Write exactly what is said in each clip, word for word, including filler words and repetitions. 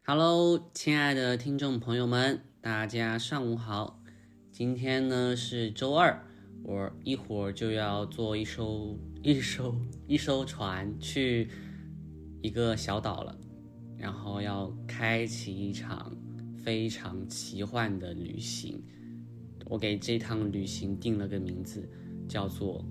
Hello，亲爱的听众朋友们，大家上午好。今天呢是周二，我一会儿就要坐一艘一艘一艘船去一个小岛了，然后要开启一场非常奇幻的旅行。我给这趟旅行定了个名字，叫做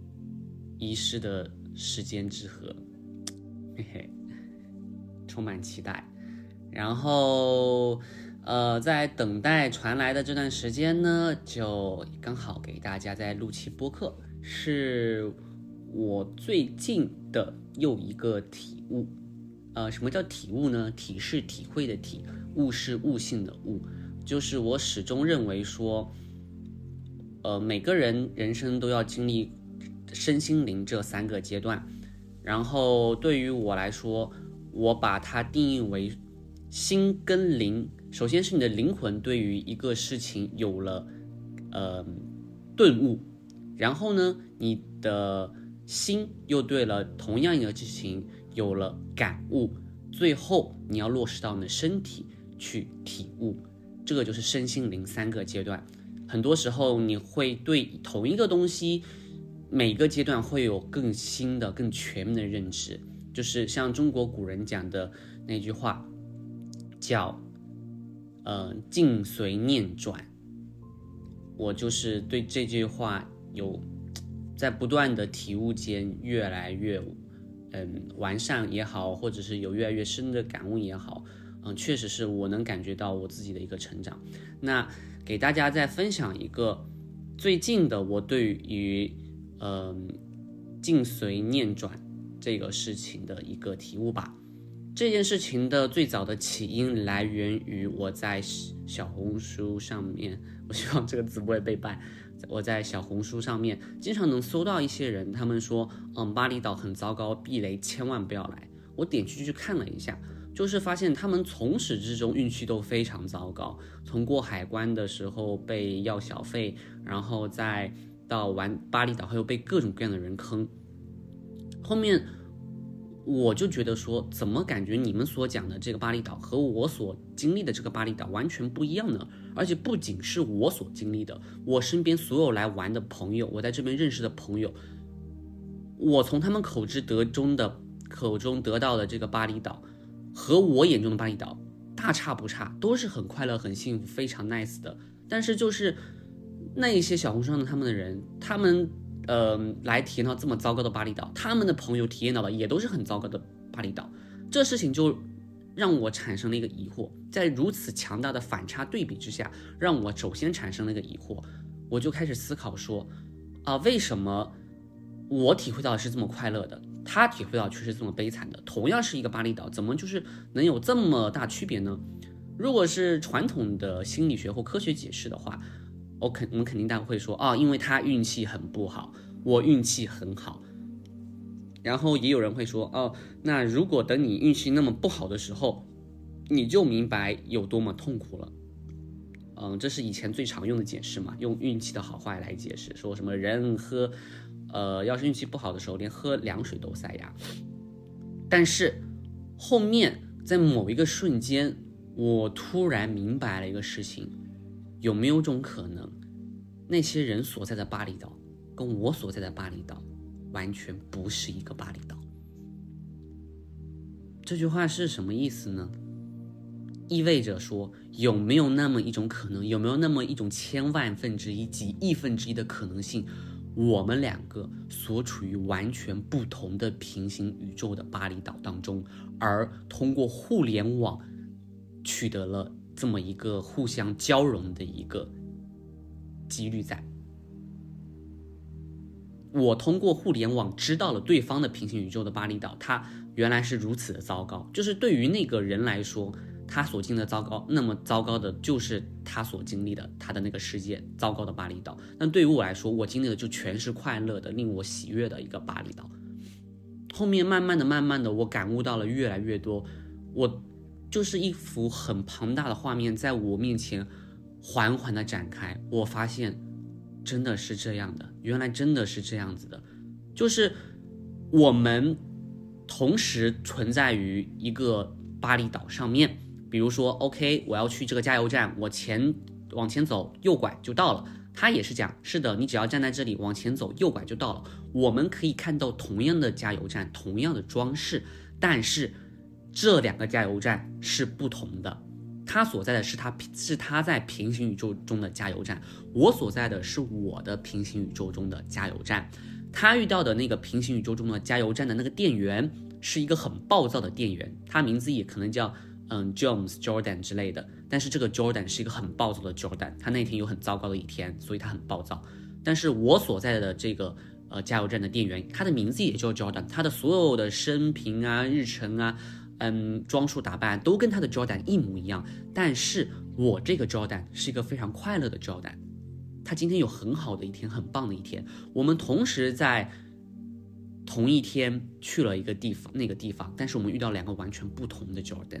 《遗失的时间之河》，嘿嘿，充满期待。然后，呃，在等待传来的这段时间呢，就刚好给大家在录期播客，是我最近的又一个体悟。呃，什么叫体悟呢？体是体会的体，悟是悟性的悟。就是我始终认为说，呃，每个人人生都要经历身心灵这三个阶段。然后对于我来说，我把它定义为心跟灵，首先是你的灵魂对于一个事情有了呃顿悟，然后呢，你的心又对了同样一个事情有了感悟，最后你要落实到你的身体去体悟，这个就是身心灵三个阶段。很多时候你会对同一个东西每个阶段会有更新的更全面的认知，就是像中国古人讲的那句话叫呃境随念转。我就是对这句话有在不断的体悟间越来越嗯完善也好，或者是有越来越深的感悟也好，嗯，确实是我能感觉到我自己的一个成长。那给大家再分享一个最近的我对于嗯境随念转这个事情的一个体悟吧。这件事情的最早的起因来源于我在小红书上面，我希望这个字不会被ban。我在小红书上面经常能搜到一些人，他们说，嗯，巴厘岛很糟糕，避雷，千万不要来。我点进去看了一下，就是发现他们从始至终运气都非常糟糕，从过海关的时候被要小费，然后再到玩巴厘岛，还有被各种各样的人坑。后面我就觉得说，怎么感觉你们所讲的这个巴厘岛和我所经历的这个巴厘岛完全不一样呢？而且不仅是我所经历的，我身边所有来玩的朋友，我在这边认识的朋友，我从他们口之得中的口中得到的这个巴厘岛，和我眼中的巴厘岛大差不差，都是很快乐、很幸福、非常 nice 的。但是就是那一些小红书上的他们的人，他们呃，来体验到这么糟糕的巴厘岛，他们的朋友体验到的也都是很糟糕的巴厘岛，这事情就让我产生了一个疑惑。在如此强大的反差对比之下，让我首先产生了一个疑惑，我就开始思考说，啊、呃，为什么我体会到的是这么快乐的，他体会到却是这么悲惨的？同样是一个巴厘岛，怎么就是能有这么大区别呢？如果是传统的心理学或科学解释的话，我肯我们肯定大家会说啊、哦，因为他运气很不好，我运气很好。然后也有人会说哦，那如果等你运气那么不好的时候，你就明白有多么痛苦了。嗯，这是以前最常用的解释嘛，用运气的好坏来解释，说什么人喝，呃，要是运气不好的时候，连喝凉水都塞牙。但是后面在某一个瞬间，我突然明白了一个事情。有没有种可能，那些人所在的巴厘岛跟我所在的巴厘岛完全不是一个巴厘岛？这句话是什么意思呢？意味着说，有没有那么一种可能，有没有那么一种千万分之一、几亿分之一的可能性，我们两个所处于完全不同的平行宇宙的巴厘岛当中，而通过互联网取得了这么一个互相交融的一个几率在。我通过互联网知道了对方的平行宇宙的巴厘岛，它原来是如此的糟糕。就是对于那个人来说，他所经历的糟糕，那么糟糕的就是他所经历的他的那个世界糟糕的巴厘岛。但对于我来说，我经历的就全是快乐的、令我喜悦的一个巴厘岛。后面慢慢的、慢慢的，我感悟到了越来越多，我就是一幅很庞大的画面在我面前缓缓的展开，我发现真的是这样的，原来真的是这样子的，就是我们同时存在于一个巴厘岛上面， 比如说 OK 我要去这个加油站，我前往前走右拐就到了，他也是讲是的，你只要站在这里往前走右拐就到了。我们可以看到同样的加油站，同样的装饰，但是这两个加油站是不同的。他所在的是他是他在平行宇宙中的加油站，我所在的是我的平行宇宙中的加油站。他遇到的那个平行宇宙中的加油站的那个店员是一个很暴躁的店员，他名字也可能叫嗯 Jones Jordan 之类的，但是这个 Jordan 是一个很暴躁的 Jordan， 他那天有很糟糕的一天，所以他很暴躁。但是我所在的这个呃加油站的店员，他的名字也叫 Jordan， 他的所有的生平啊、日程啊、嗯装束打扮都跟他的 Jordan 一模一样。但是我这个 Jordan 是一个非常快乐的 Jordan， 他今天有很好的一天，很棒的一天。我们同时在同一天去了一个地方，那个地方，但是我们遇到两个完全不同的 Jordan。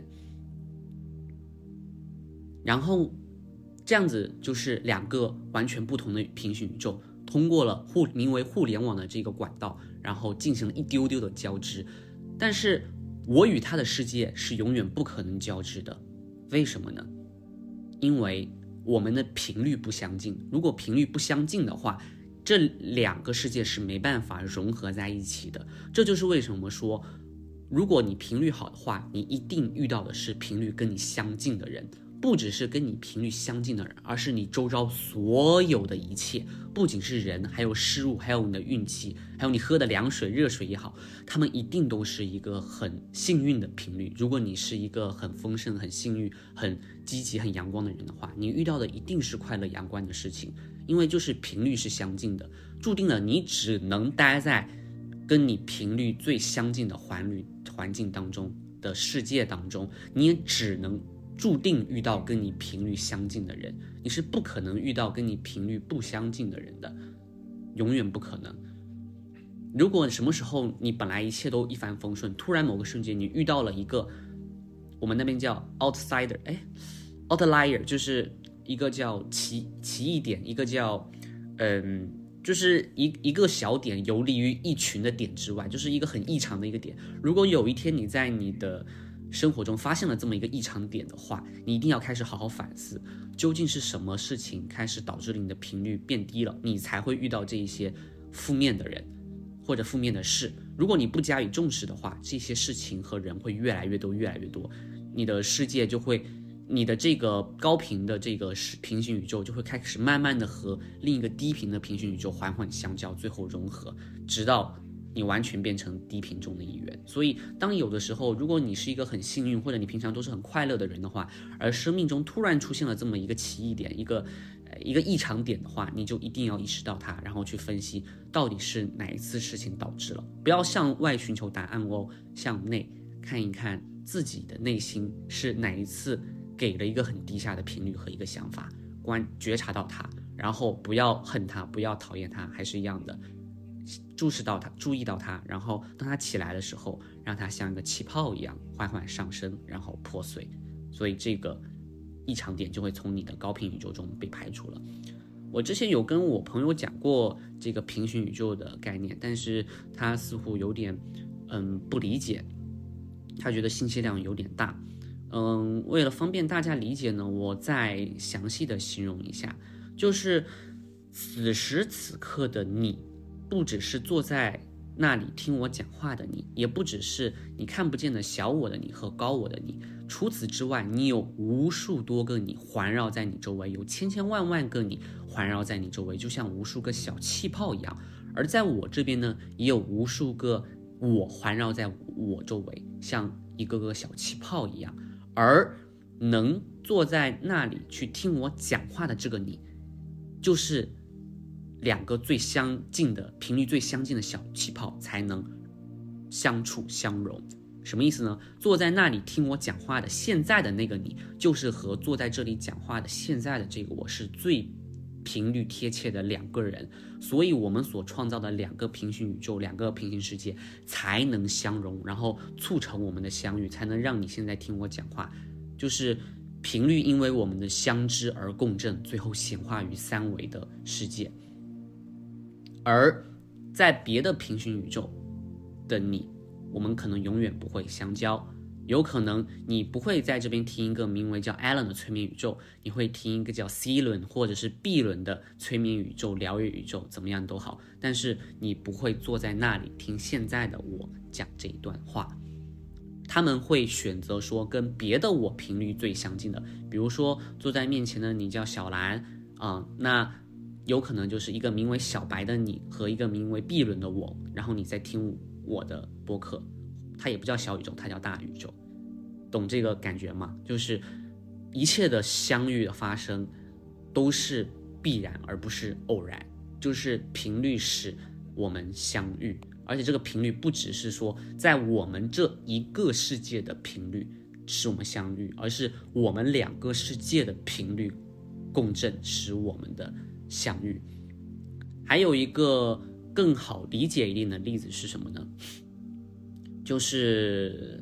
然后这样子就是两个完全不同的平行宇宙通过了互名为互联网的这个管道，然后进行了一丢丢的交织。但是我与他的世界是永远不可能交织的，为什么呢？因为我们的频率不相近。如果频率不相近的话，这两个世界是没办法融合在一起的。这就是为什么说，如果你频率好的话，你一定遇到的是频率跟你相近的人，不只是跟你频率相近的人，而是你周遭所有的一切，不仅是人，还有事物，还有你的运气，还有你喝的凉水、热水也好，他们一定都是一个很幸运的频率。如果你是一个很丰盛、很幸运、很积极、很阳光的人的话，你遇到的一定是快乐、阳光的事情，因为就是频率是相近的，注定了你只能待在跟你频率最相近的环率环境当中的世界当中，你也只能注定遇到跟你频率相近的人，你是不可能遇到跟你频率不相近的人的，永远不可能。如果什么时候你本来一切都一帆风顺，突然某个瞬间你遇到了一个，我们那边叫 outsider， 哎 outlier 就是一个叫奇奇异点，一个叫嗯就是一一个小点游离于一群的点之外，就是一个很异常的一个点。如果有一天你在你的生活中发现了这么一个异常点的话，你一定要开始好好反思，究竟是什么事情开始导致了你的频率变低了，你才会遇到这一些负面的人或者负面的事。如果你不加以重视的话，这些事情和人会越来越多越来越多，你的世界就会，你的这个高频的这个平行宇宙就会开始慢慢的和另一个低频的平行宇宙缓缓相交，最后融合，直到你完全变成低频中的一员。所以当有的时候，如果你是一个很幸运，或者你平常都是很快乐的人的话，而生命中突然出现了这么一个奇异点，一个一个异常点的话，你就一定要意识到它，然后去分析到底是哪一次事情导致了。不要向外寻求答案哦，向内看一看自己的内心是哪一次给了一个很低下的频率和一个想法，观觉察到它，然后不要恨它，不要讨厌它，还是一样的注视到它，注意到它，然后当它起来的时候，让它像一个气泡一样缓缓上升，然后破碎。所以这个异常点就会从你的高频宇宙中被排除了。我之前有跟我朋友讲过这个平行宇宙的概念，但是他似乎有点嗯不理解，他觉得信息量有点大。嗯，为了方便大家理解呢，我再详细的形容一下，就是此时此刻的你，不只是坐在那里听我讲话的你，也不只是你看不见的小我的你和高我的你，除此之外，你有无数多个你环绕在你周围，有千千万万个你环绕在你周围，就像无数个小气泡一样。而在我这边呢，也有无数个我环绕在我周围，像一个个小气泡一样。而能坐在那里去听我讲话的这个你，就是两个最相近的频率最相近的小气泡才能相处相融。什么意思呢？坐在那里听我讲话的现在的那个你，就是和坐在这里讲话的现在的这个我是最频率贴切的两个人，所以我们所创造的两个平行宇宙，两个平行世界才能相融，然后促成我们的相遇，才能让你现在听我讲话。就是频率因为我们的相知而共振，最后显化于三维的世界。而在别的平行宇宙的你，我们可能永远不会相交， 有可能你不会在这边听一个名为叫 Alan 的催眠宇宙，你会听一个叫 C 轮或者是 B 轮的催眠宇宙、疗愈宇宙，怎么样都好，但是你不会坐在那里听现在的我讲这一段话。他们会选择说跟别的我频率最相近的，比如说坐在面前的你叫小蓝啊、呃，那有可能就是一个名为小白的你和一个名为 B 轮的我，然后你在听我的播客，它也不叫小宇宙，它叫大宇宙，懂这个感觉吗？就是一切的相遇的发生都是必然而不是偶然，就是频率使我们相遇，而且这个频率不只是说在我们这一个世界的频率使我们相遇，而是我们两个世界的频率共振使我们的相遇。还有一个更好理解一点的例子是什么呢？就是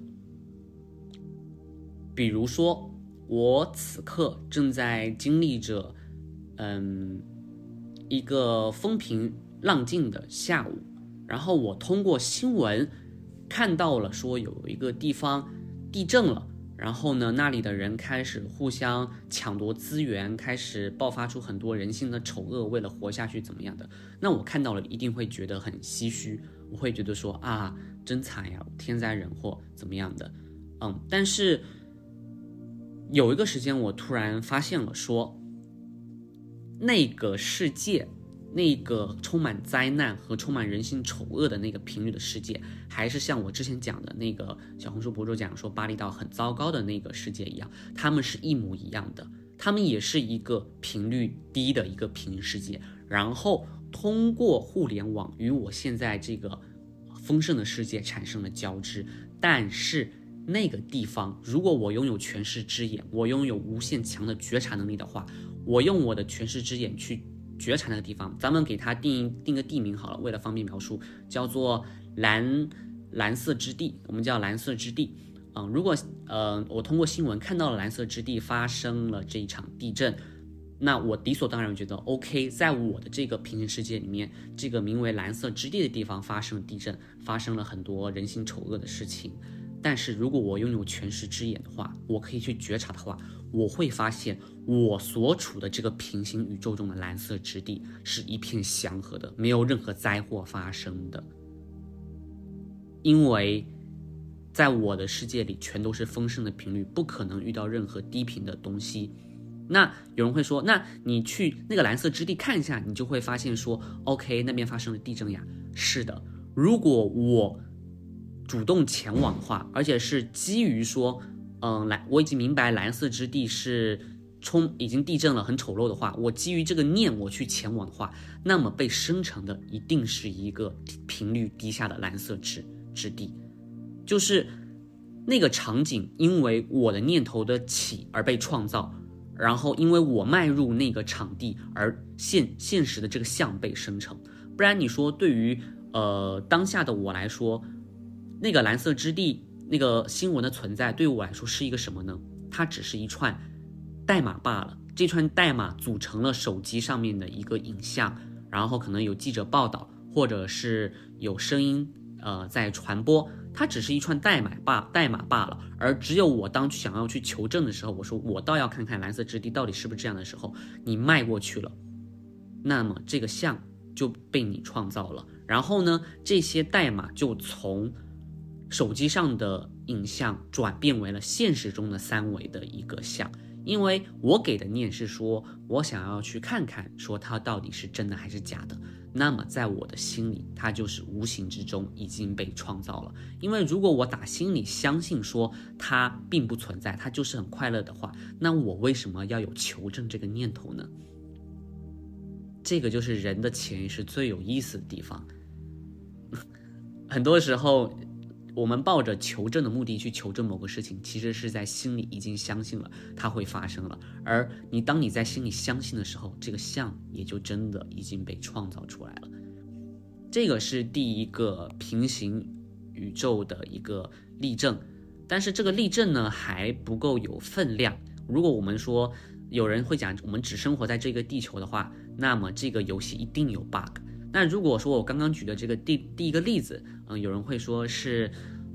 比如说我此刻正在经历着嗯一个风平浪静的下午，然后我通过新闻看到了说有一个地方地震了，然后呢那里的人开始互相抢夺资源，开始爆发出很多人性的丑恶，为了活下去怎么样的，那我看到了一定会觉得很唏嘘，我会觉得说啊真惨呀，天灾人祸怎么样的。嗯，但是有一个时间我突然发现了说那个世界，那个充满灾难和充满人性丑恶的那个频率的世界，还是像我之前讲的那个小红书博主讲说巴厘岛很糟糕的那个世界一样，他们是一模一样的，他们也是一个频率低的一个平行世界，然后通过互联网与我现在这个丰盛的世界产生了交织。但是那个地方如果我拥有全视之眼，我拥有无限强的觉察能力的话，我用我的全视之眼去觉察那个地方，咱们给它定定个地名好了，为了方便描述，叫做蓝蓝色之地，我们叫蓝色之地。嗯，如果呃我通过新闻看到了蓝色之地发生了这一场地震，那我理所当然觉得 OK， 在我的这个平行世界里面，这个名为蓝色之地的地方发生了地震，发生了很多人性丑恶的事情。但是如果我拥有全视之眼的话，我可以去觉察的话，我会发现我所处的这个平行宇宙中的蓝色之地是一片祥和的，没有任何灾祸发生的。因为在我的世界里全都是丰盛的频率，不可能遇到任何低频的东西。那有人会说，那你去那个蓝色之地看一下，你就会发现说 OK 那边发生了地震呀。是的，如果我主动前往的话，而且是基于说嗯，蓝我已经明白蓝色之地是冲已经地震了很丑陋的话，我基于这个念我去前往的话，那么被生成的一定是一个频率低下的蓝色之之地。就是那个场景因为我的念头的起而被创造，然后因为我迈入那个场地而现现实的这个像被生成。不然你说对于呃当下的我来说，那个蓝色之地那个新闻的存在对于我来说是一个什么呢？它只是一串代码罢了，这串代码组成了手机上面的一个影像，然后可能有记者报道，或者是有声音呃在传播，它只是一串代码罢代码罢了。而只有我当想要去求证的时候，我说我倒要看看蓝色之地到底是不是这样的时候，你迈过去了，那么这个像就被你创造了，然后呢这些代码就从手机上的影像转变为了现实中的三维的一个像。因为我给的念是说我想要去看看说它到底是真的还是假的，那么在我的心里它就是无形之中已经被创造了。因为如果我打心里相信说它并不存在，它就是很快乐的话，那我为什么要有求证这个念头呢？这个就是人的潜意识最有意思的地方。很多时候我们抱着求证的目的去求证某个事情，其实是在心里已经相信了它会发生了。而你当你在心里相信的时候，这个像也就真的已经被创造出来了。这个是第一个平行宇宙的一个例证。但是这个例证呢还不够有分量。如果我们说有人会讲我们只生活在这个地球的话，那么这个游戏一定有 bug。那如果说我刚刚举的这个第第一个例子，嗯、呃，有人会说是，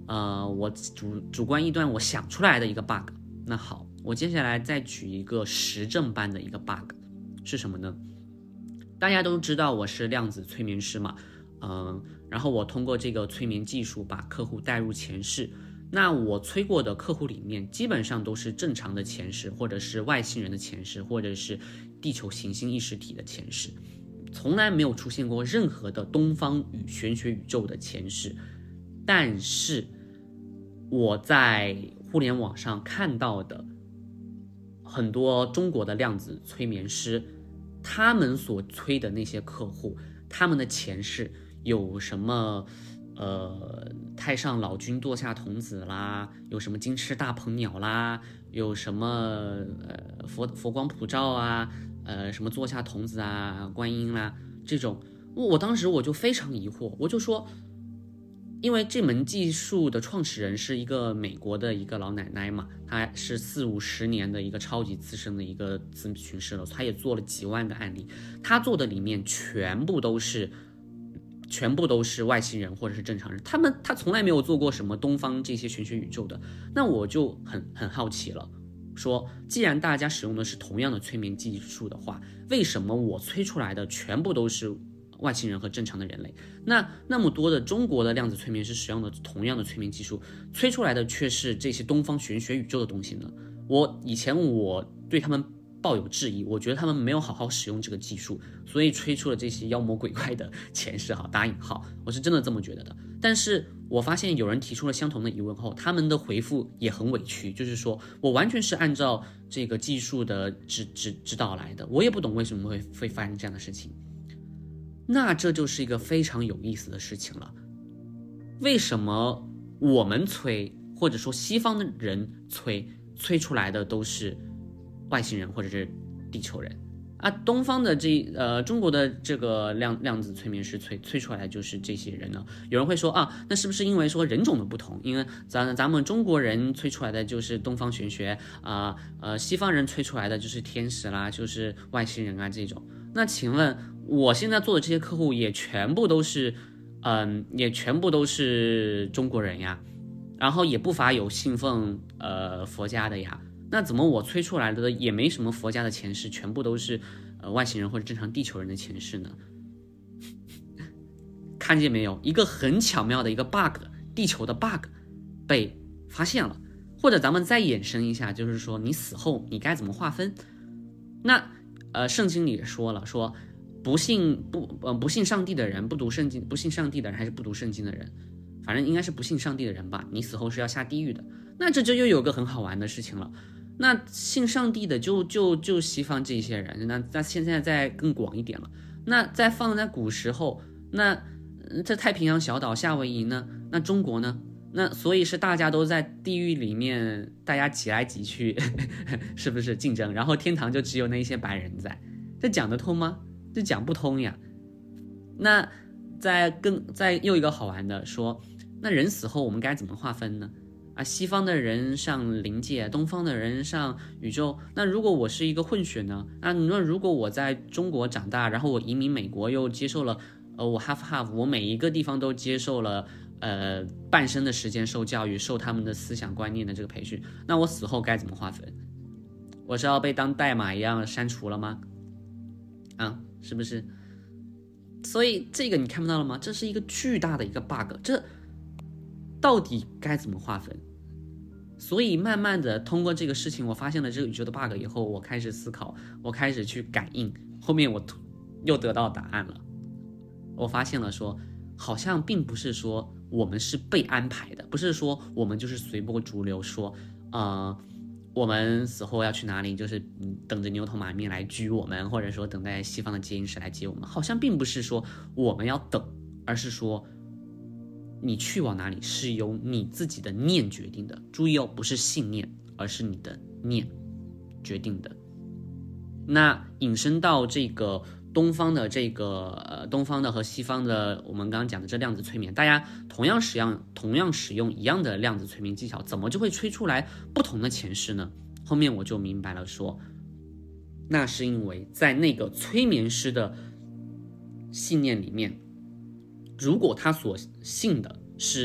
呃，我主主观臆断我想出来的一个 bug。那好，我接下来再举一个实证般的一个 bug， 是什么呢？大家都知道我是量子催眠师嘛，嗯、呃，然后我通过这个催眠技术把客户带入前世。那我催过的客户里面，基本上都是正常的前世，或者是外星人的前世，或者是地球行星意识体的前世，从来没有出现过任何的东方与玄学宇宙的前世。但是我在互联网上看到的很多中国的量子催眠师，他们所催的那些客户，他们的前世有什么呃，太上老君堕下童子啦，有什么金翅大鹏鸟啦，有什么呃佛佛光普照啊，呃什么坐下童子啊，观音啦，这种，我我当时我就非常疑惑，我就说，因为这门技术的创始人是一个美国的一个老奶奶嘛，她是四五十年的一个超级资深的一个咨询师了，她也做了几万个案例，她做的里面全部都是。全部都是外星人或者是正常人，他们他从来没有做过什么东方这些玄学宇宙的。那我就很很好奇了，说既然大家使用的是同样的催眠技术的话，为什么我催出来的全部都是外星人和正常的人类？那那么多的中国的量子催眠师使用的同样的催眠技术，催出来的却是这些东方玄学宇宙的东西呢？我以前我对他们抱有质疑，我觉得他们没有好好使用这个技术，所以吹出了这些妖魔鬼怪的前世，好打引号，我是真的这么觉得的。但是我发现有人提出了相同的疑问后，他们的回复也很委屈，就是说我完全是按照这个技术的指指指导来的，我也不懂为什么会会发生这样的事情。那这就是一个非常有意思的事情了，为什么我们催，或者说西方的人催，催出来的都是外星人或者是地球人啊，东方的这呃中国的这个量量子催眠师催催出来的就是这些人呢？有人会说啊，那是不是因为说人种的不同？因为咱咱们中国人催出来的就是东方玄学啊，呃西方人催出来的就是天使啦，就是外星人啊这种。那请问我现在做的这些客户也全部都是，嗯，也全部都是中国人呀，然后也不乏有信奉呃佛家的呀。那怎么我催出来的也没什么佛家的前世，全部都是呃外星人或者正常地球人的前世呢？看见没有，一个很巧妙的一个 bug， 地球的 bug 被发现了。或者咱们再衍生一下，就是说你死后你该怎么划分？那呃圣经里也说了，说不信不呃不信上帝的人，不读圣经，不信上帝的人还是不读圣经的人，反正应该是不信上帝的人吧，你死后是要下地狱的。那这就又有个很好玩的事情了。那信上帝的就就就西方这些人，那那现在再更广一点了。那再放在古时候，那这太平洋小岛夏威夷呢？那中国呢？那所以是大家都在地狱里面，大家挤来挤去，是不是竞争？然后天堂就只有那些白人在，这讲得通吗？这讲不通呀。那再更再又一个好玩的说，那人死后我们该怎么划分呢？啊，西方的人上灵界，东方的人上宇宙。那如果我是一个混血呢？啊，你说如果我在中国长大，然后我移民美国，又接受了，呃，我 half half， 我每一个地方都接受了，呃，半生的时间受教育，受他们的思想观念的这个培训，那我死后该怎么划分？我是要被当代码一样删除了吗？啊，是不是？所以这个你看不到了吗？这是一个巨大的一个 bug， 这到底该怎么划分？所以慢慢的通过这个事情，我发现了这个宇宙的 bug 以后，我开始思考，我开始去感应，后面我又得到答案了。我发现了说，好像并不是说我们是被安排的，不是说我们就是随波逐流，说呃我们死后要去哪里，就是等着牛头马面来拘我们，或者说等待西方的接引师来接我们，好像并不是说我们要等，而是说你去往哪里是由你自己的念决定的。注意哦，不是信念，而是你的念决定的。那引申到这个东方的这个呃东方的和西方的，我们刚刚讲的这量子催眠，大家同样使用同样使用一样的量子催眠技巧，怎么就会催出来不同的前世呢？后面我就明白了说，那是因为在那个催眠师的信念里面，如果他所信的是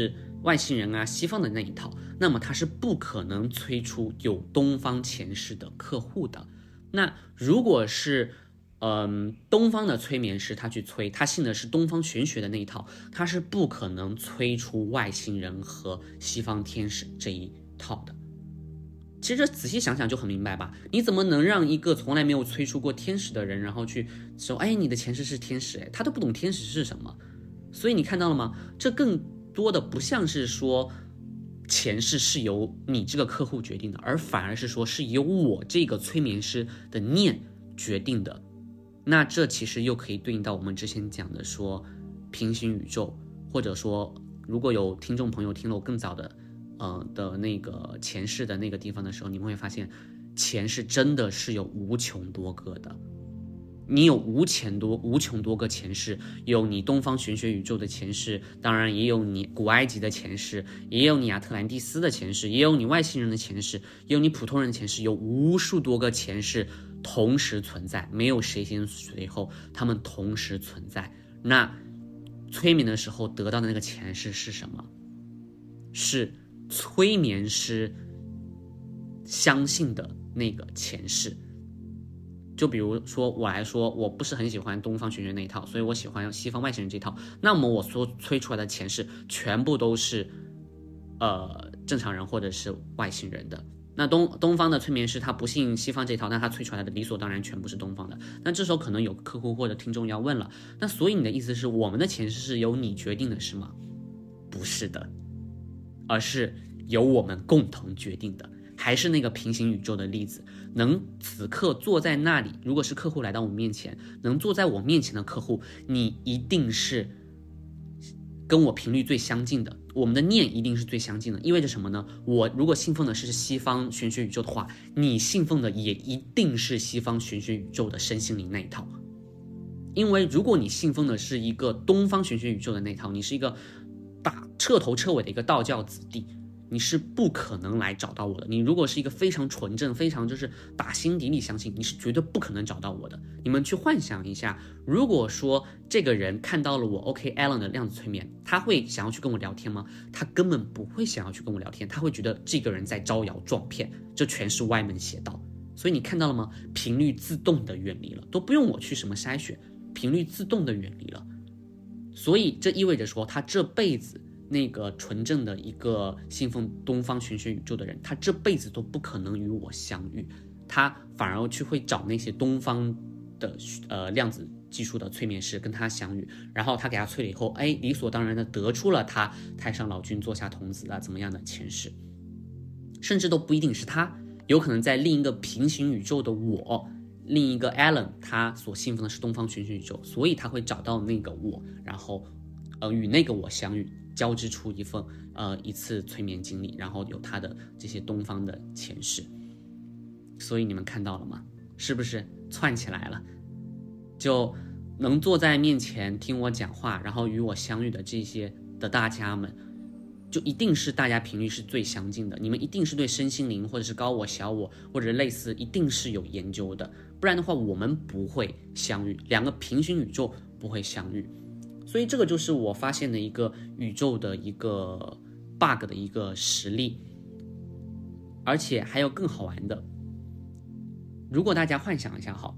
外星人啊、西方的那一套，那么他是不可能催出有东方前世的客户的。那如果是嗯，东方的催眠师他去催，他信的是东方玄学的那一套，他是不可能催出外星人和西方天使这一套的。其实仔细想想就很明白吧，你怎么能让一个从来没有催出过天使的人，然后去说，哎，你的前世是天使，哎，他都不懂天使是什么。所以你看到了吗？这更多的不像是说前世是由你这个客户决定的，而反而是说是由我这个催眠师的念决定的。那这其实又可以对应到我们之前讲的说平行宇宙，或者说如果有听众朋友听了我更早的呃的那个前世的那个地方的时候，你们会发现前世真的是有无穷多个的。你有无穷多无穷多个前世，有你东方玄学宇宙的前世，当然也有你古埃及的前世，也有你亚特兰蒂斯的前世，也有你外星人的前世，也有你普通人的前世，有无数多个前世同时存在，没有谁先谁后，他们同时存在。那催眠的时候得到的那个前世是什么？是催眠师相信的那个前世。就比如说我来说，我不是很喜欢东方玄学那一套，所以我喜欢西方外星人这一套。那么我所催出来的前世全部都是呃正常人或者是外星人的。那东东方的催眠师他不信西方这一套，那他催出来的理所当然全部是东方的。那这时候可能有客户或者听众要问了，那所以你的意思是我们的前世是由你决定的是吗？不是的，而是由我们共同决定的。还是那个平行宇宙的例子，能此刻坐在那里，如果是客户来到我面前，能坐在我面前的客户，你一定是跟我频率最相近的，我们的念一定是最相近的。意味着什么呢？我如果信奉的是西方玄学宇宙的话，你信奉的也一定是西方玄学宇宙的身心灵那一套。因为如果你信奉的是一个东方玄学宇宙的那一套，你是一个大彻头彻尾的一个道教子弟，你是不可能来找到我的。你如果是一个非常纯正，非常就是打心底里相信，你是绝对不可能找到我的。你们去幻想一下，如果说这个人看到了我 OK Alan 的量子催眠，他会想要去跟我聊天吗？他根本不会想要去跟我聊天，他会觉得这个人在招摇撞骗，这全是歪门邪道。所以你看到了吗？频率自动的远离了，都不用我去什么筛选，频率自动的远离了。所以这意味着说，他这辈子那个纯正的一个信奉东方玄学宇宙的人，他这辈子都不可能与我相遇，他反而去会找那些东方的呃量子技术的催眠师跟他相遇，然后他给他催了以后，哎，理所当然的得出了他太上老君座下童子啊怎么样的前世，甚至都不一定是他，有可能在另一个平行宇宙的我，另一个 Alan 他所信奉的是东方玄学宇宙，所以他会找到那个我，然后呃与那个我相遇，交织出一份呃一次催眠经历，然后有他的这些东方的前世。所以你们看到了吗？是不是串起来了？就能坐在面前听我讲话，然后与我相遇的这些的大家们，就一定是大家频率是最相近的。你们一定是对身心灵或者是高我小我或者类似一定是有研究的，不然的话我们不会相遇，两个平行宇宙不会相遇。所以这个就是我发现的一个宇宙的一个 bug 的一个实例。而且还有更好玩的，如果大家幻想一下好，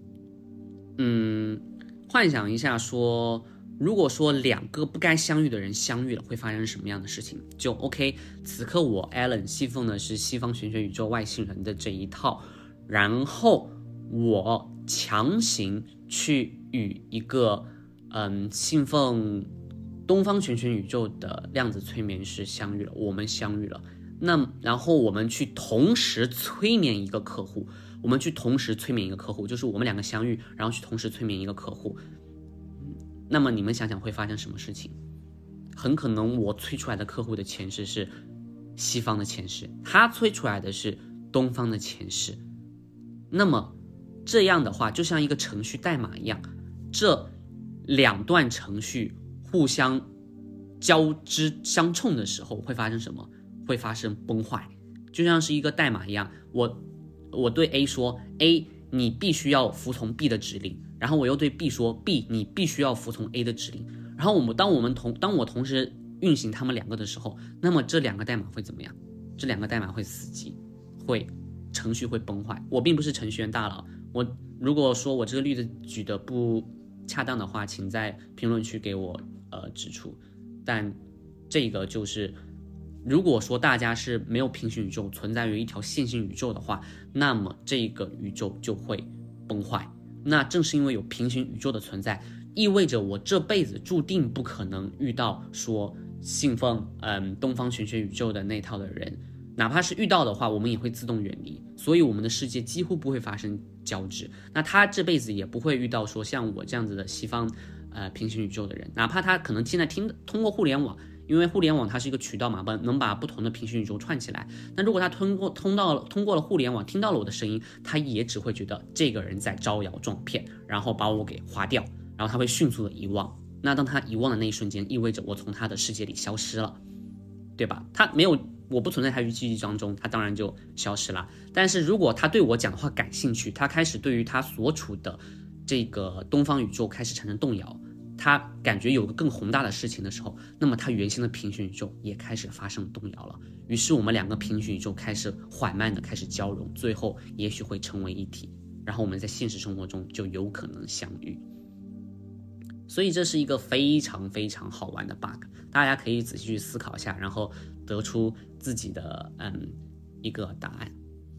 嗯，幻想一下说，如果说两个不该相遇的人相遇了，会发生什么样的事情？就 OK， 此刻我 Alan 信奉的是西方玄学宇宙外星人的这一套，然后我强行去与一个嗯，信奉东方玄学宇宙的量子催眠师相遇了，我们相遇了。那然后我们去同时催眠一个客户，我们去同时催眠一个客户，就是我们两个相遇，然后去同时催眠一个客户。那么你们想想会发生什么事情？很可能我催出来的客户的前世是西方的前世，他催出来的是东方的前世。那么这样的话，就像一个程序代码一样，这两段程序互相交织相冲的时候会发生什么？会发生崩坏，就像是一个代码一样，我我对 A 说 A 你必须要服从 B 的指令，然后我又对 B 说 B 你必须要服从 A 的指令，然后我们当我们同当我同时运行他们两个的时候，那么这两个代码会怎么样？这两个代码会死机，会程序会崩坏。我并不是程序员大佬，我如果说我这个例子举的不恰当的话，请在评论区给我呃指出。但这个就是，如果说大家是没有平行宇宙，存在于一条线性宇宙的话，那么这个宇宙就会崩坏。那正是因为有平行宇宙的存在，意味着我这辈子注定不可能遇到说信奉嗯东方玄学宇宙的那套的人，哪怕是遇到的话，我们也会自动远离，所以我们的世界几乎不会发生交织。那他这辈子也不会遇到说像我这样子的西方呃平行宇宙的人，哪怕他可能现在听通过互联网，因为互联网它是一个渠道嘛，能把不同的平行宇宙串起来。那如果他通过通到了通过了互联网，听到了我的声音，他也只会觉得这个人在招摇撞骗，然后把我给划掉，然后他会迅速的遗忘。那当他遗忘的那一瞬间，意味着我从他的世界里消失了，对吧？他没有，我不存在他于记忆当中，他当然就消失了。但是如果他对我讲的话感兴趣，他开始对于他所处的这个东方宇宙开始产生动摇，他感觉有个更宏大的事情的时候，那么他原先的平行宇宙也开始发生动摇了。于是我们两个平行宇宙开始缓慢的开始交融，最后也许会成为一体，然后我们在现实生活中就有可能相遇。所以这是一个非常非常好玩的 bug， 大家可以仔细去思考一下，然后得出自己的嗯一个答案。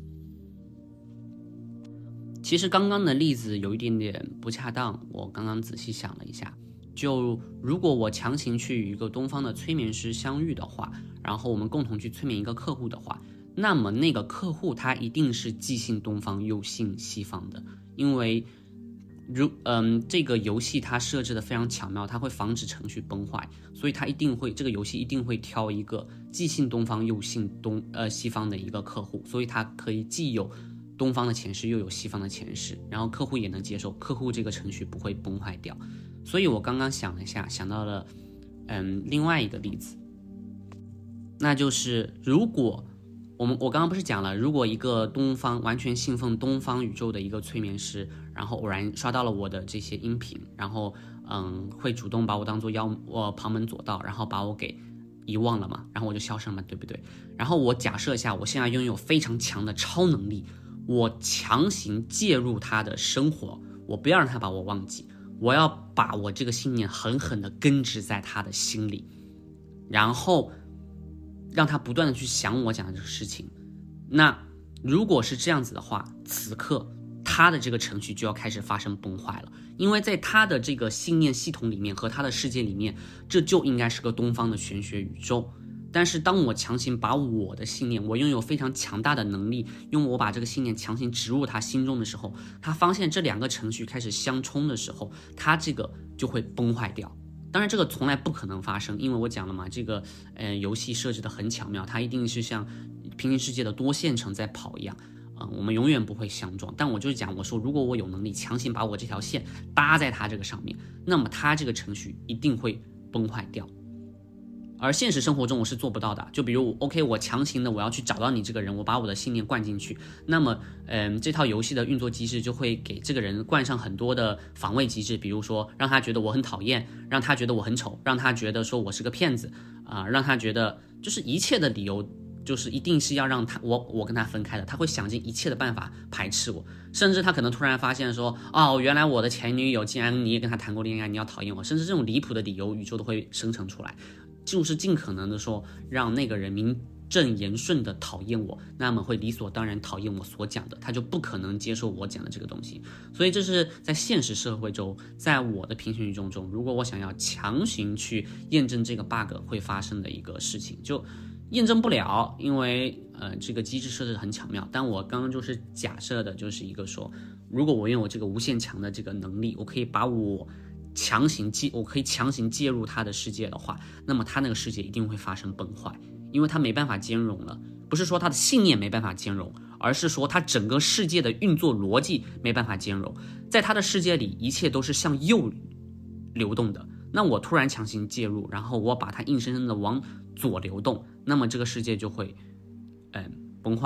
其实刚刚的例子有一点点不恰当，我刚刚仔细想了一下，就如果我强行去与一个东方的催眠师相遇的话，然后我们共同去催眠一个客户的话，那么那个客户他一定是既信东方又信西方的，因为如嗯，这个游戏它设置的非常巧妙，它会防止程序崩坏，所以它一定会这个游戏一定会挑一个既信东方又信东呃西方的一个客户，所以它可以既有东方的前世又有西方的前世，然后客户也能接受，客户这个程序不会崩坏掉。所以我刚刚想了一下，想到了嗯另外一个例子，那就是如果我们我刚刚不是讲了，如果一个东方完全信奉东方宇宙的一个催眠师，然后偶然刷到了我的这些音频，然后嗯会主动把我当做妖我旁门左道，然后把我给遗忘了嘛，然后我就消失了嘛，对不对？然后我假设一下，我现在拥有非常强的超能力，我强行介入他的生活，我不要让他把我忘记，我要把我这个信念狠狠地根植在他的心里，然后让他不断的去想我讲的这个事情。那如果是这样子的话，此刻他的这个程序就要开始发生崩坏了，因为在他的这个信念系统里面和他的世界里面，这就应该是个东方的玄学宇宙。但是当我强行把我的信念，我拥有非常强大的能力，用我把这个信念强行植入他心中的时候，他发现这两个程序开始相冲的时候，他这个就会崩坏掉。当然这个从来不可能发生，因为我讲了嘛，这个呃游戏设置的很巧妙，它一定是像平行世界的多线程在跑一样，嗯、呃，我们永远不会相撞。但我就是讲，我说如果我有能力强行把我这条线搭在它这个上面，那么它这个程序一定会崩坏掉。而现实生活中我是做不到的，就比如 OK 我强行的我要去找到你这个人，我把我的信念灌进去，那么嗯，这套游戏的运作机制就会给这个人灌上很多的防卫机制，比如说让他觉得我很讨厌，让他觉得我很丑，让他觉得说我是个骗子啊、呃，让他觉得就是一切的理由就是一定是要让他我我跟他分开的，他会想尽一切的办法排斥我，甚至他可能突然发现说哦，原来我的前女友竟然你也跟他谈过恋爱，你要讨厌我，甚至这种离谱的理由宇宙都会生成出来，就是尽可能的说让那个人名正言顺的讨厌我，那么会理所当然讨厌我所讲的，他就不可能接受我讲的这个东西。所以这是在现实社会中，在我的平行宇宙中，如果我想要强行去验证这个 bug 会发生的一个事情，就验证不了，因为呃这个机制设置很巧妙。但我刚刚就是假设的就是一个说，如果我拥有这个无限强的这个能力，我可以把我强行介，我可以强行介入他的世界的话，那么他那个世界一定会发生崩坏，因为他没办法兼容了。不是说他的信念没办法兼容，而是说他整个世界的运作逻辑没办法兼容。在他的世界里，一切都是向右流动的。那我突然强行介入，然后我把它硬生生的往左流动，那么这个世界就会，嗯，崩坏了。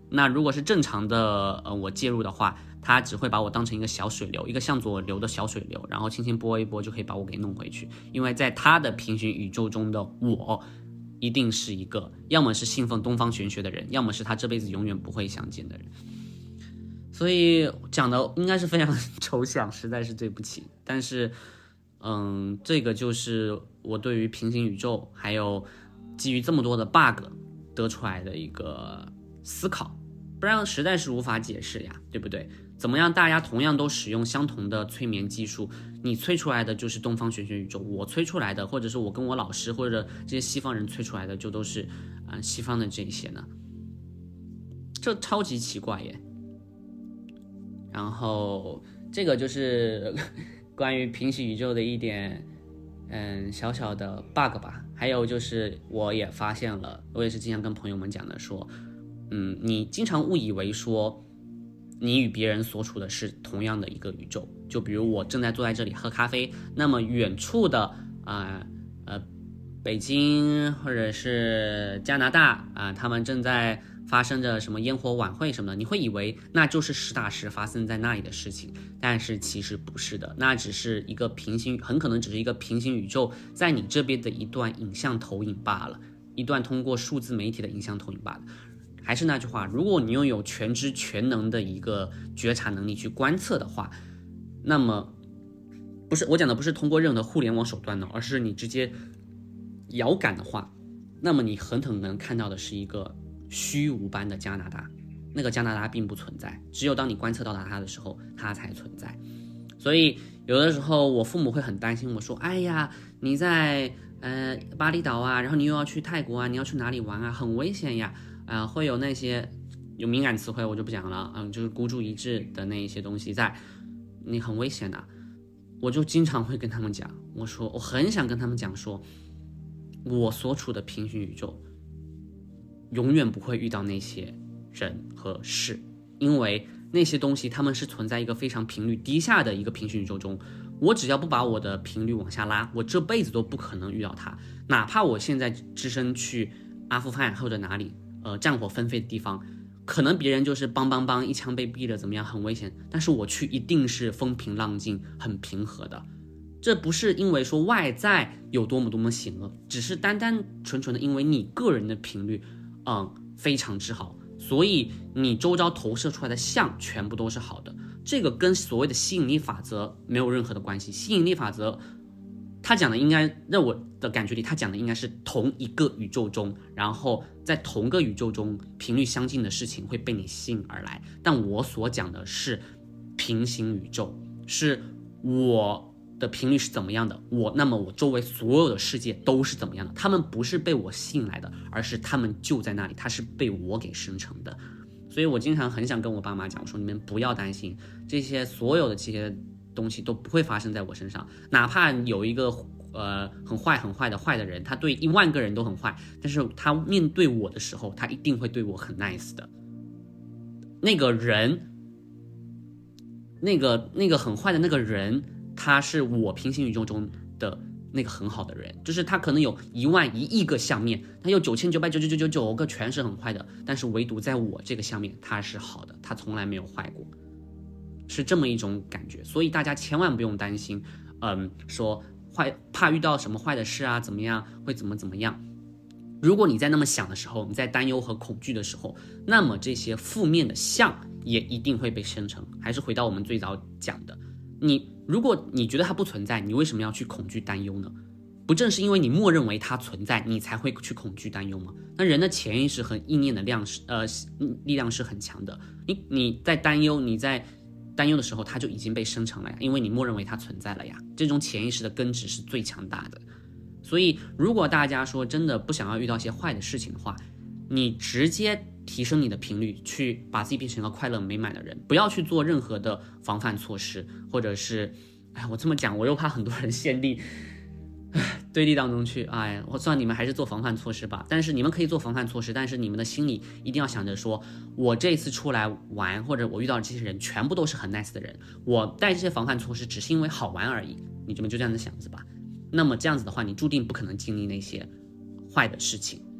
那如果是正常的呃我介入的话，它只会把我当成一个小水流，一个向左流的小水流，然后轻轻拨一拨就可以把我给弄回去。因为在它的平行宇宙中的我，一定是一个要么是信奉东方玄学的人，要么是他这辈子永远不会相见的人。所以讲的应该是非常抽象，实在是对不起。但是，嗯，这个就是我对于平行宇宙还有基于这么多的 bug 得出来的一个思考，不然实在是无法解释呀，对不对？怎么样，大家同样都使用相同的催眠技术，你催出来的就是东方玄学宇宙，我催出来的，或者是我跟我老师或者这些西方人催出来的，就都是啊、呃、西方的这些呢？这超级奇怪耶。然后这个就是关于平行宇宙的一点嗯小小的 bug 吧。还有就是我也发现了，我也是经常跟朋友们讲的，说嗯你经常误以为说你与别人所处的是同样的一个宇宙，就比如我正在坐在这里喝咖啡，那么远处的啊 呃, 呃北京或者是加拿大啊、呃，他们正在发生着什么烟火晚会什么的，你会以为那就是实打实发生在那里的事情，但是其实不是的，那只是一个平行，很可能只是一个平行宇宙在你这边的一段影像投影罢了，一段通过数字媒体的影像投影罢了。还是那句话，如果你拥有全知全能的一个觉察能力去观测的话，那么不是我讲的不是通过任何互联网手段的，而是你直接遥感的话，那么你很可能看到的是一个虚无般的加拿大，那个加拿大并不存在，只有当你观测到它的时候，它才存在。所以有的时候我父母会很担心我说，哎呀，你在呃巴厘岛啊，然后你又要去泰国啊，你要去哪里玩啊，很危险呀，啊、呃，会有那些有敏感词汇我就不讲了，嗯，就是孤注一掷的那一些东西在，你很危险的、啊。我就经常会跟他们讲，我说我很想跟他们讲说，我所处的平行宇宙永远不会遇到那些人和事，因为那些东西他们是存在一个非常频率低下的一个平行宇宙中，我只要不把我的频率往下拉，我这辈子都不可能遇到它。哪怕我现在只身去阿富汗或者哪里呃战火纷飞的地方，可能别人就是邦邦邦一枪被毙了怎么样，很危险，但是我去一定是风平浪静很平和的。这不是因为说外在有多么多么险恶，只是单单纯纯的因为你个人的频率嗯非常之好，所以你周遭投射出来的像全部都是好的。这个跟所谓的吸引力法则没有任何的关系。吸引力法则他讲的应该在我的感觉里，他讲的应该是同一个宇宙中，然后在同个宇宙中频率相近的事情会被你吸引而来。但我所讲的是平行宇宙，是我的频率是怎么样的，我那么我周围所有的世界都是怎么样的，他们不是被我吸引来的，而是他们就在那里，它是被我给生成的。所以我经常很想跟我爸妈讲说，你们不要担心，这些所有的这些东西都不会发生在我身上，哪怕有一个呃很坏很坏的坏的人，他对一万个人都很坏，但是他面对我的时候，他一定会对我很 nice 的。那个人，那个那个很坏的那个人，他是我平行宇宙中的那个很好的人，就是他可能有一万一亿个相面，他有九千九百九十九九九个全是很坏的，但是唯独在我这个相面他是好的，他从来没有坏过，是这么一种感觉。所以大家千万不用担心，嗯，说坏怕遇到什么坏的事啊，怎么样会怎么怎么样。如果你在那么想的时候，你在担忧和恐惧的时候，那么这些负面的像也一定会被生成。还是回到我们最早讲的，你如果你觉得它不存在，你为什么要去恐惧担忧呢？不正是因为你默认为它存在，你才会去恐惧担忧吗？那人的潜意识和意念的量是呃力量是很强的，你你在担忧，你在担忧的时候，它就已经被生成了呀，因为你默认为它存在了呀。这种潜意识的根植是最强大的。所以如果大家说真的不想要遇到一些坏的事情的话，你直接提升你的频率，去把自己变成一个快乐美满的人，不要去做任何的防范措施，或者是哎，我这么讲我又怕很多人陷地对立当中去，哎，我算你们还是做防范措施吧。但是你们可以做防范措施，但是你们的心里一定要想着说，我这次出来玩，或者我遇到的这些人全部都是很 nice 的人，我带这些防范措施只是因为好玩而已，你们就这样子想着吧。那么这样子的话，你注定不可能经历那些坏的事情。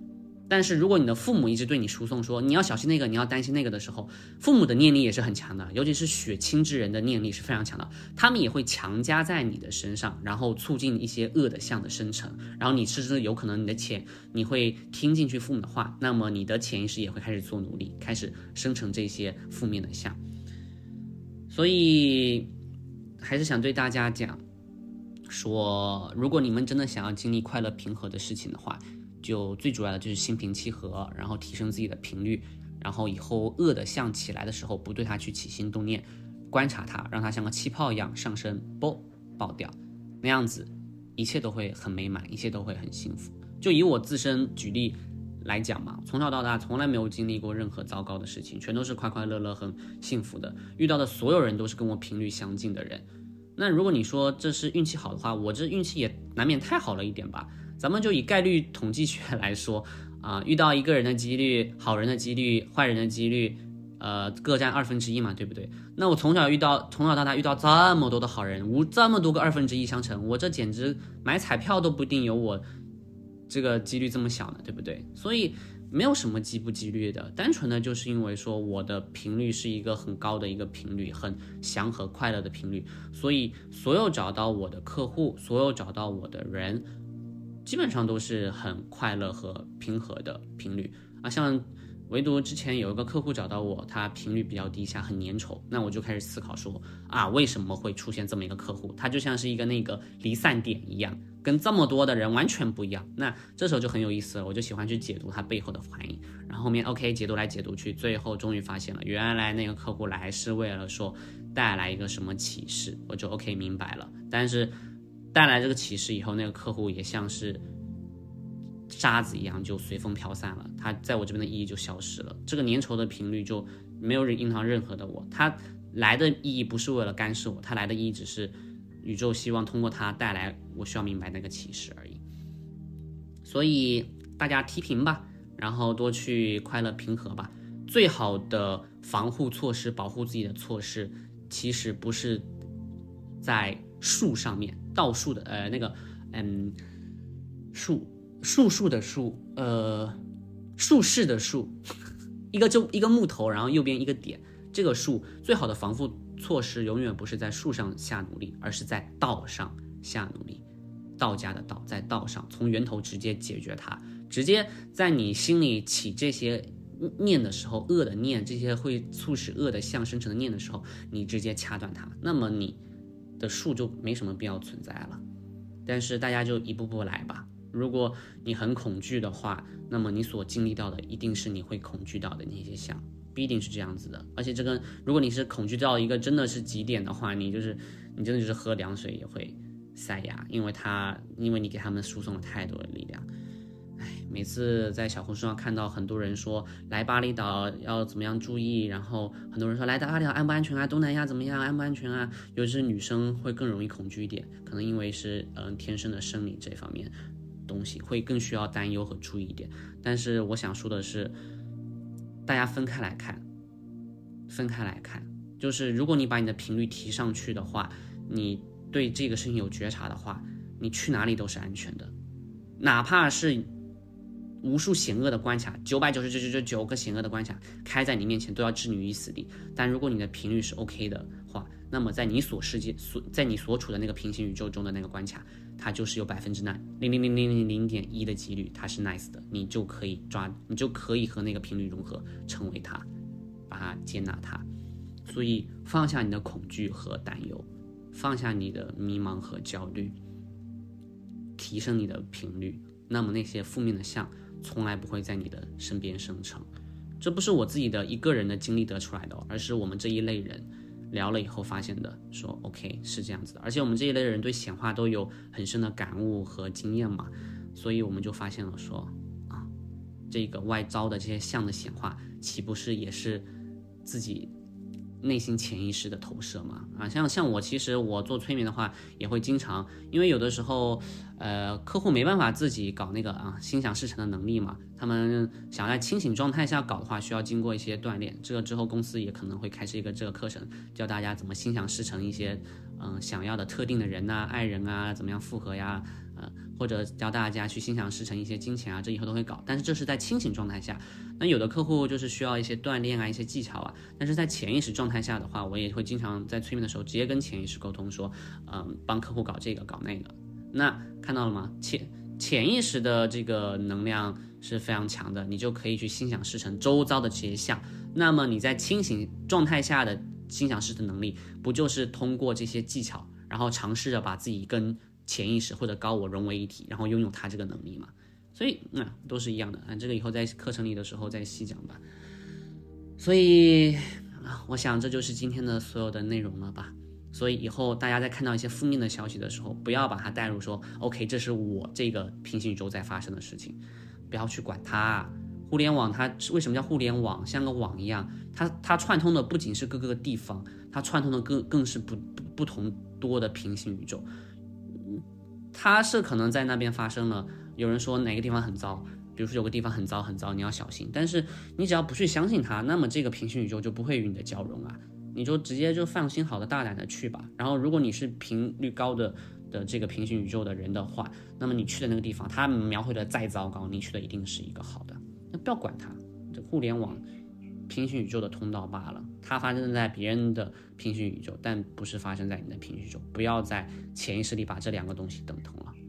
但是如果你的父母一直对你输送说你要小心那个，你要担心那个的时候，父母的念力也是很强的，尤其是血亲之人的念力是非常强的，他们也会强加在你的身上，然后促进一些恶的相的生成，然后你甚至有可能你的潜你会听进去父母的话，那么你的潜意识也会开始做努力，开始生成这些负面的相。所以还是想对大家讲说，如果你们真的想要经历快乐平和的事情的话，就最主要的就是心平气和，然后提升自己的频率，然后以后恶的相起来的时候不对它去起心动念，观察它，让它像个气泡一样上升，啵爆掉，那样子一切都会很美满，一切都会很幸福。就以我自身举例来讲嘛，从小到大从来没有经历过任何糟糕的事情，全都是快快乐乐很幸福的，遇到的所有人都是跟我频率相近的人。那如果你说这是运气好的话，我这运气也难免太好了一点吧。咱们就以概率统计学来说啊、呃，遇到一个人的几率，好人的几率，坏人的几率，呃，各占二分之一嘛，对不对？那我从小遇到，从小到大遇到这么多的好人，无这么多个二分之一相乘，我这简直买彩票都不一定有我这个几率这么小呢，对不对？所以没有什么几不几率的，单纯的就是因为说我的频率是一个很高的一个频率，很祥和快乐的频率，所以所有找到我的客户，所有找到我的人，基本上都是很快乐和平和的频率啊。像唯独之前有一个客户找到我，他频率比较低下，很粘稠，那我就开始思考说啊，为什么会出现这么一个客户？他就像是一个那个离散点一样，跟这么多的人完全不一样。那这时候就很有意思了，我就喜欢去解读他背后的含义。然后后面 OK 解读来解读去，最后终于发现了，原来那个客户来是为了说带来一个什么启示，我就 OK 明白了。但是带来这个启示以后，那个客户也像是沙子一样就随风飘散了，它在我这边的意义就消失了，这个粘稠的频率就没有影响任何的我，它来的意义不是为了干涉我，它来的意义只是宇宙希望通过它带来我需要明白那个启示而已。所以大家提频吧，然后多去快乐平和吧。最好的防护措施，保护自己的措施，其实不是在树上面，倒数的呃那个嗯树树树的树呃树势的树，一个就一个木头，然后右边一个点，这个树最好的防护措施永远不是在树上下努力，而是在道上下努力。道家的道，在道上从源头直接解决它，直接在你心里起这些念的时候，恶的念，这些会促使恶的相生成的念的时候，你直接掐断它，那么你的树就没什么必要存在了。但是大家就一步步来吧，如果你很恐惧的话，那么你所经历到的一定是你会恐惧到的那些相，必定是这样子的。而且这个如果你是恐惧到一个真的是极点的话，你就是你真的就是喝凉水也会塞牙，因为他因为你给他们输送了太多的力量。哎，每次在小红书上看到很多人说来巴厘岛要怎么样注意，然后很多人说来巴厘岛安不安全啊，东南亚怎么样安不安全啊，尤其是女生会更容易恐惧一点，可能因为是嗯、呃、天生的生理这方面东西会更需要担忧和注意一点。但是我想说的是，大家分开来看，分开来看，就是如果你把你的频率提上去的话，你对这个事情有觉察的话，你去哪里都是安全的，哪怕是无数险恶的关卡，九百九十九九九九个险恶的关卡开在你面前，都要置你于死地。但如果你的频率是 OK 的话，那么在你所世界所在你所处的那个平行宇宙中的那个关卡，它就是有百分之那零零零零零零点一的几率，它是 nice 的，你就可以抓，你就可以和那个频率融合，成为它，把它接纳它。所以放下你的恐惧和担忧，放下你的迷茫和焦虑，提升你的频率，那么那些负面的相从来不会在你的身边生成。这不是我自己的一个人的经历得出来的，而是我们这一类人聊了以后发现的，说 OK 是这样子的。而且我们这一类人对显化都有很深的感悟和经验嘛，所以我们就发现了说啊，这个外招的这些相的显化岂不是也是自己内心潜意识的投射嘛？啊，像像我其实我做催眠的话，也会经常，因为有的时候，呃，客户没办法自己搞那个啊心想事成的能力嘛，他们想在清醒状态下搞的话，需要经过一些锻炼。这个之后公司也可能会开设一个这个课程，教大家怎么心想事成一些，嗯、呃，想要的特定的人呐、爱人啊，怎么样复合呀， 呃，或者教大家去心想事成一些金钱啊，这以后都会搞。但是这是在清醒状态下，那有的客户就是需要一些锻炼啊，一些技巧啊。但是在潜意识状态下的话，我也会经常在催眠的时候直接跟潜意识沟通说，嗯，帮客户搞这个搞那个。那看到了吗？潜潜意识的这个能量是非常强的，你就可以去心想事成周遭的这些项。那么你在清醒状态下的心想事成能力，不就是通过这些技巧，然后尝试着把自己跟潜意识或者高我融为一体，然后拥有它这个能力嘛？所以那、嗯、都是一样的啊，这个以后在课程里的时候再细讲吧。所以啊，我想这就是今天的所有的内容了吧。所以以后大家在看到一些负面的消息的时候，不要把它带入说 OK 这是我这个平行宇宙在发生的事情，不要去管它。互联网它为什么叫互联网？像个网一样，它它串通的不仅是各个地方，它串通的更更是不不不同多的平行宇宙。它是可能在那边发生了，有人说哪个地方很糟，比如说有个地方很糟很糟，你要小心。但是你只要不去相信它，那么这个平行宇宙就不会与你的交融啊，你就直接就放心好的大胆的去吧。然后如果你是频率高的的这个平行宇宙的人的话，那么你去的那个地方，它描绘的再糟糕，你去的一定是一个好的。那不要管它，这互联网平行宇宙的通道罢了，它发生在别人的平行宇宙，但不是发生在你的平行宇宙。不要在潜意识里把这两个东西等同了。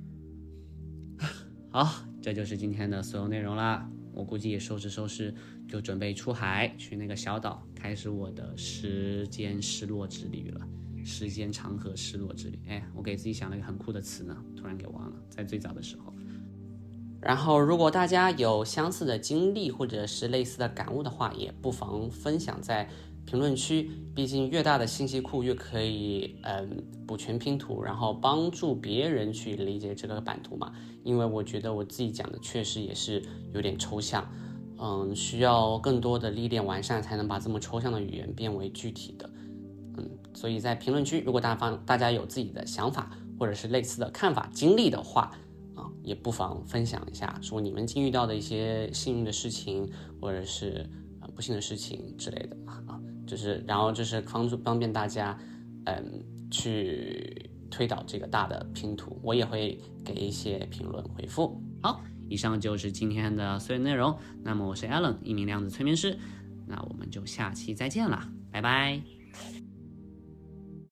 好，这就是今天的所有内容啦。我估计也收拾收拾，就准备出海去那个小岛，开始我的时间失落之旅了。时间长河失落之旅，哎，我给自己想了一个很酷的词呢，突然给忘了，在最早的时候。然后，如果大家有相似的经历或者是类似的感悟的话，也不妨分享在评论区。毕竟越大的信息库越可以嗯补全拼图，然后帮助别人去理解这个版图嘛。因为我觉得我自己讲的确实也是有点抽象，嗯，需要更多的历练完善才能把这么抽象的语言变为具体的。嗯，所以在评论区，如果大方大家有自己的想法或者是类似的看法经历的话，啊，也不妨分享一下，说你们经历到的一些幸运的事情，或者是呃不幸的事情之类的啊，就是然后就是帮助方便大家，嗯，去推导这个大的拼图，我也会给一些评论回复。好，以上就是今天的所有内容。那么我是 Alan， 一名量子催眠师，那我们就下期再见啦，拜拜。